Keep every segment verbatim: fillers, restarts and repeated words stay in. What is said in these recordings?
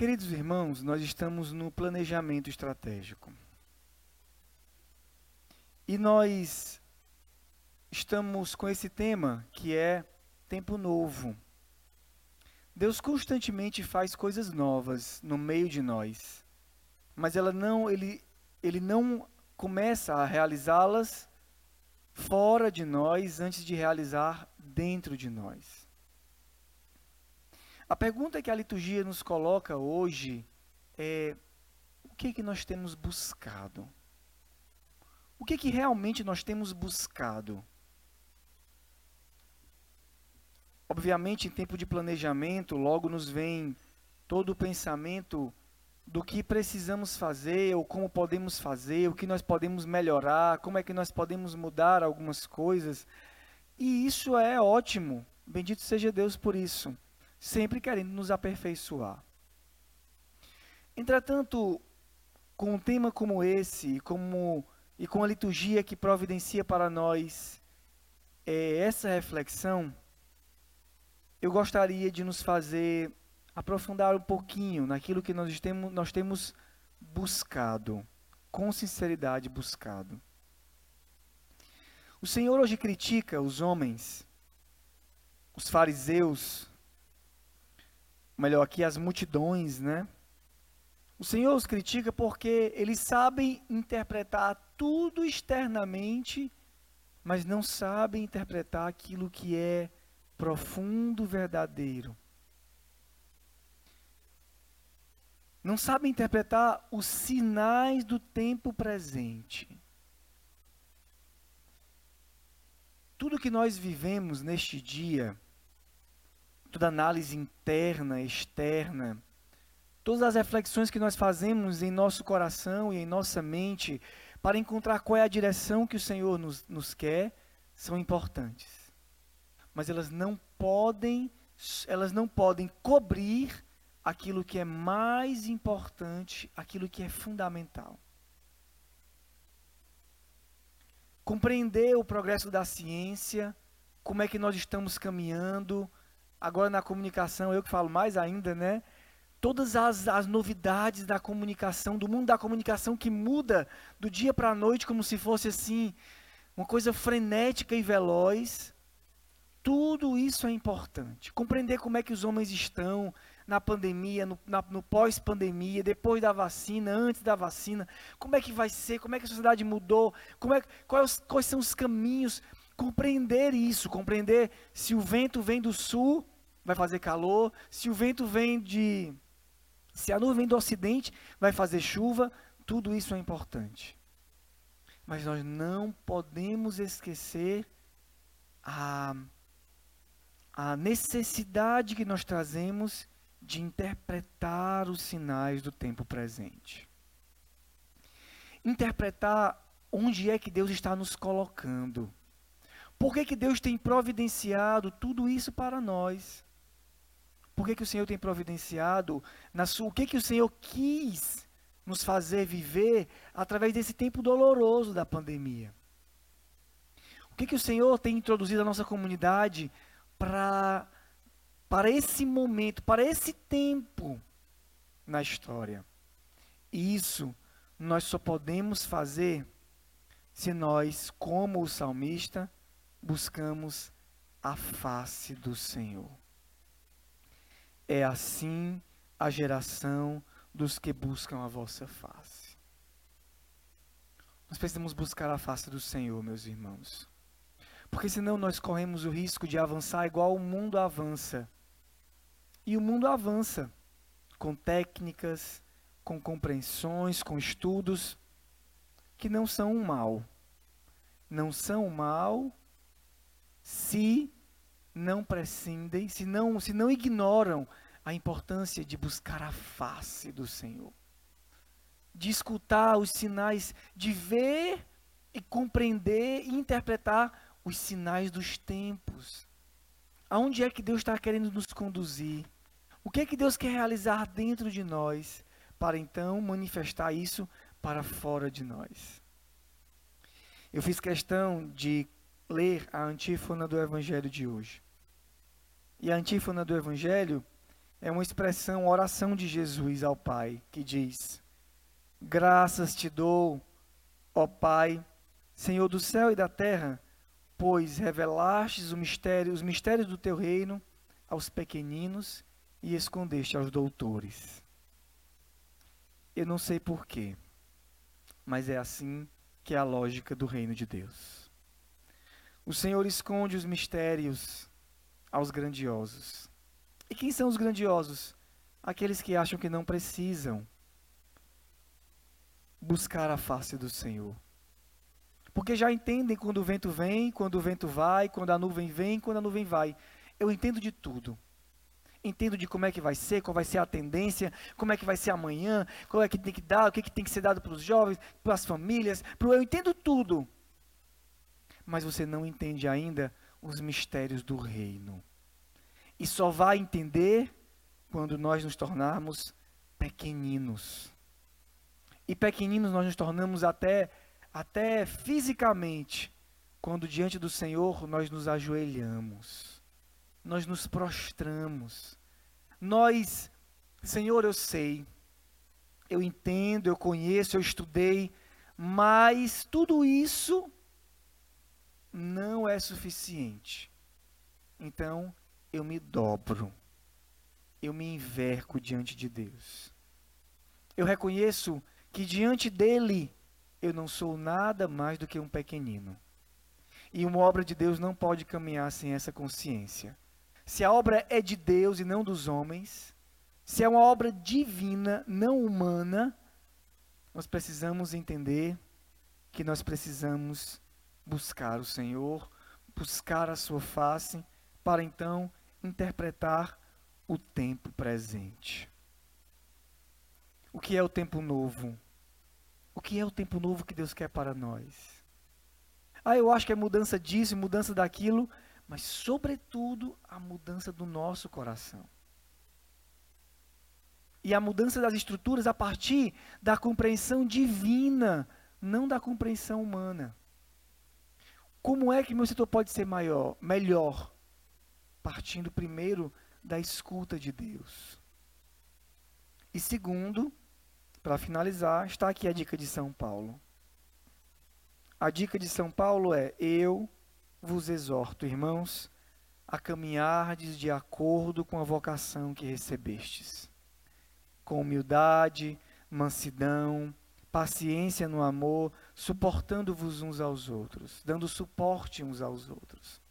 Queridos irmãos, nós estamos no planejamento estratégico. E nós estamos com esse tema que é tempo novo. Deus constantemente faz coisas novas no meio de nós, mas ela não, ele, ele não começa a realizá-las fora de nós antes de realizar dentro de nós. A pergunta que a liturgia nos coloca hoje é: o que que nós temos buscado? O que que realmente nós temos buscado? Obviamente, em tempo de planejamento, logo nos vem todo o pensamento do que precisamos fazer, ou como podemos fazer, o que nós podemos melhorar, como é que nós podemos mudar algumas coisas. E isso é ótimo, bendito seja Deus por isso, sempre querendo nos aperfeiçoar. Entretanto, com um tema como esse, como, e com a liturgia que providencia para nós é, essa reflexão, eu gostaria de nos fazer aprofundar um pouquinho naquilo que nós temos, nós temos buscado, com sinceridade buscado. O Senhor hoje critica os homens, os fariseus, melhor aqui, as multidões, né? O Senhor os critica porque eles sabem interpretar tudo externamente, mas não sabem interpretar aquilo que é profundo, verdadeiro. Não sabem interpretar os sinais do tempo presente. Tudo que nós vivemos neste dia, toda análise interna, externa, todas as reflexões que nós fazemos em nosso coração e em nossa mente para encontrar qual é a direção que o Senhor nos, nos quer, são importantes. Mas elas não podem, elas não podem cobrir aquilo que é mais importante, aquilo que é fundamental. Compreender o progresso da ciência, como é que nós estamos caminhando, agora na comunicação, eu que falo mais ainda, né? Todas as, as novidades da comunicação, do mundo da comunicação que muda do dia para a noite, como se fosse assim, uma coisa frenética e veloz. Tudo isso é importante. Compreender como é que os homens estão na pandemia, no, na, no pós-pandemia, depois da vacina, antes da vacina. Como é que vai ser, como é que a sociedade mudou, como é, quais, quais são os caminhos. Compreender isso, compreender se o vento vem do sul, vai fazer calor, se o vento vem de... se a nuvem vem do ocidente, vai fazer chuva. Tudo isso é importante. Mas nós não podemos esquecer a... a necessidade que nós trazemos de interpretar os sinais do tempo presente. Interpretar onde é que Deus está nos colocando. Por que que Deus tem providenciado tudo isso para nós? Por que que o Senhor tem providenciado, na sua, o que que o Senhor quis nos fazer viver através desse tempo doloroso da pandemia? O que que o Senhor tem introduzido à nossa comunidade Para, para esse momento, para esse tempo na história? E isso nós só podemos fazer se nós, como o salmista, buscamos a face do Senhor. É assim a geração dos que buscam a vossa face. Nós precisamos buscar a face do Senhor, meus irmãos. Porque senão nós corremos o risco de avançar igual o mundo avança. E o mundo avança com técnicas, com compreensões, com estudos que não são um mal. Não são um mal se não prescindem, se não, se não ignoram a importância de buscar a face do Senhor. De escutar os sinais, de ver e compreender e interpretar os sinais dos tempos. Aonde é que Deus está querendo nos conduzir? O que é que Deus quer realizar dentro de nós, para então manifestar isso para fora de nós? Eu fiz questão de ler a antífona do Evangelho de hoje. E a antífona do Evangelho, é uma expressão, uma oração de Jesus ao Pai, que diz: graças te dou, ó Pai, Senhor do céu e da terra, pois revelastes o mistério, os mistérios do teu reino aos pequeninos e escondeste aos doutores. Eu não sei porquê, mas é assim que é a lógica do reino de Deus. O Senhor esconde os mistérios aos grandiosos. E quem são os grandiosos? Aqueles que acham que não precisam buscar a face do Senhor. Porque já entendem quando o vento vem, quando o vento vai, quando a nuvem vem, quando a nuvem vai. Eu entendo de tudo. Entendo de como é que vai ser, qual vai ser a tendência, como é que vai ser amanhã, qual é que tem que dar, o que, que tem que ser dado para os jovens, para as famílias. Pro... Eu entendo tudo. Mas você não entende ainda os mistérios do reino. E só vai entender quando nós nos tornarmos pequeninos. E pequeninos nós nos tornamos até, até fisicamente, quando diante do Senhor nós nos ajoelhamos. Nós nos prostramos. Nós, Senhor, eu sei, eu entendo, eu conheço, eu estudei, mas tudo isso não é suficiente. Então, eu me dobro. Eu me envergo diante de Deus. Eu reconheço que diante dele eu não sou nada mais do que um pequenino. E uma obra de Deus não pode caminhar sem essa consciência. Se a obra é de Deus e não dos homens, se é uma obra divina, não humana, nós precisamos entender que nós precisamos buscar o Senhor, buscar a sua face, para então interpretar o tempo presente. O que é o tempo novo? O que é o tempo novo que Deus quer para nós? Ah, eu acho que é mudança disso, mudança daquilo, mas sobretudo a mudança do nosso coração. E a mudança das estruturas a partir da compreensão divina, não da compreensão humana. Como é que meu setor pode ser maior, melhor? Partindo primeiro da escuta de Deus. E segundo, para finalizar, está aqui a dica de São Paulo. A dica de São Paulo é: eu vos exorto, irmãos, a caminhardes de acordo com a vocação que recebestes, com humildade, mansidão, paciência no amor, suportando-vos uns aos outros, dando suporte uns aos outros.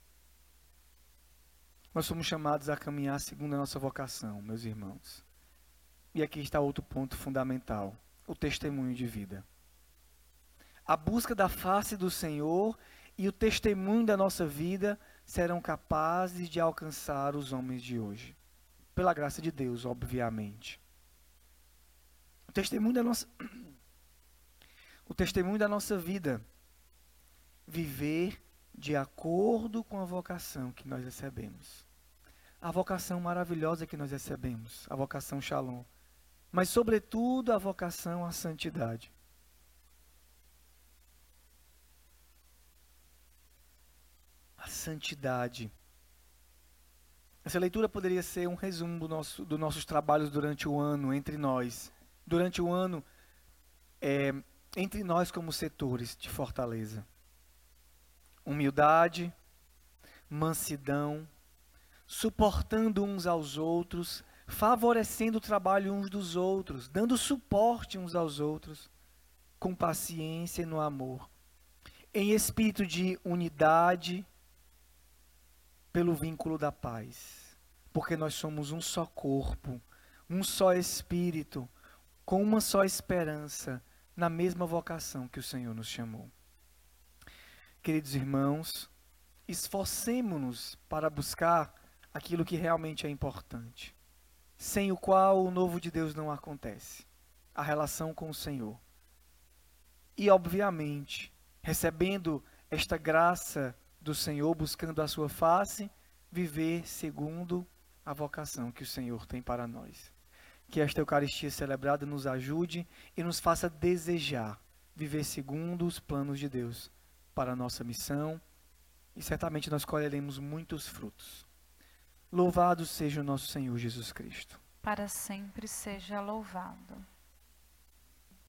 Nós somos chamados a caminhar segundo a nossa vocação, meus irmãos. E aqui está outro ponto fundamental: o testemunho de vida. A busca da face do Senhor e o testemunho da nossa vida serão capazes de alcançar os homens de hoje. Pela graça de Deus, obviamente. O testemunho da nossa, o testemunho da nossa vida. Viver de acordo com a vocação que nós recebemos. A vocação maravilhosa que nós recebemos, a vocação Shalom. Mas, sobretudo, a vocação à santidade. A santidade. Essa leitura poderia ser um resumo do nosso, dos nossos trabalhos durante o ano, entre nós. Durante o ano, é, entre nós como setores de Fortaleza. Humildade, mansidão, suportando uns aos outros, favorecendo o trabalho uns dos outros, dando suporte uns aos outros, com paciência e no amor, em espírito de unidade, pelo vínculo da paz, porque nós somos um só corpo, um só espírito, com uma só esperança, na mesma vocação que o Senhor nos chamou. Queridos irmãos, esforcemo-nos para buscar aquilo que realmente é importante, sem o qual o novo de Deus não acontece, a relação com o Senhor. E, obviamente, recebendo esta graça do Senhor, buscando a sua face, viver segundo a vocação que o Senhor tem para nós. Que esta Eucaristia celebrada nos ajude e nos faça desejar viver segundo os planos de Deus para a nossa missão, e certamente nós colheremos muitos frutos. Louvado seja o nosso Senhor Jesus Cristo. Para sempre seja louvado.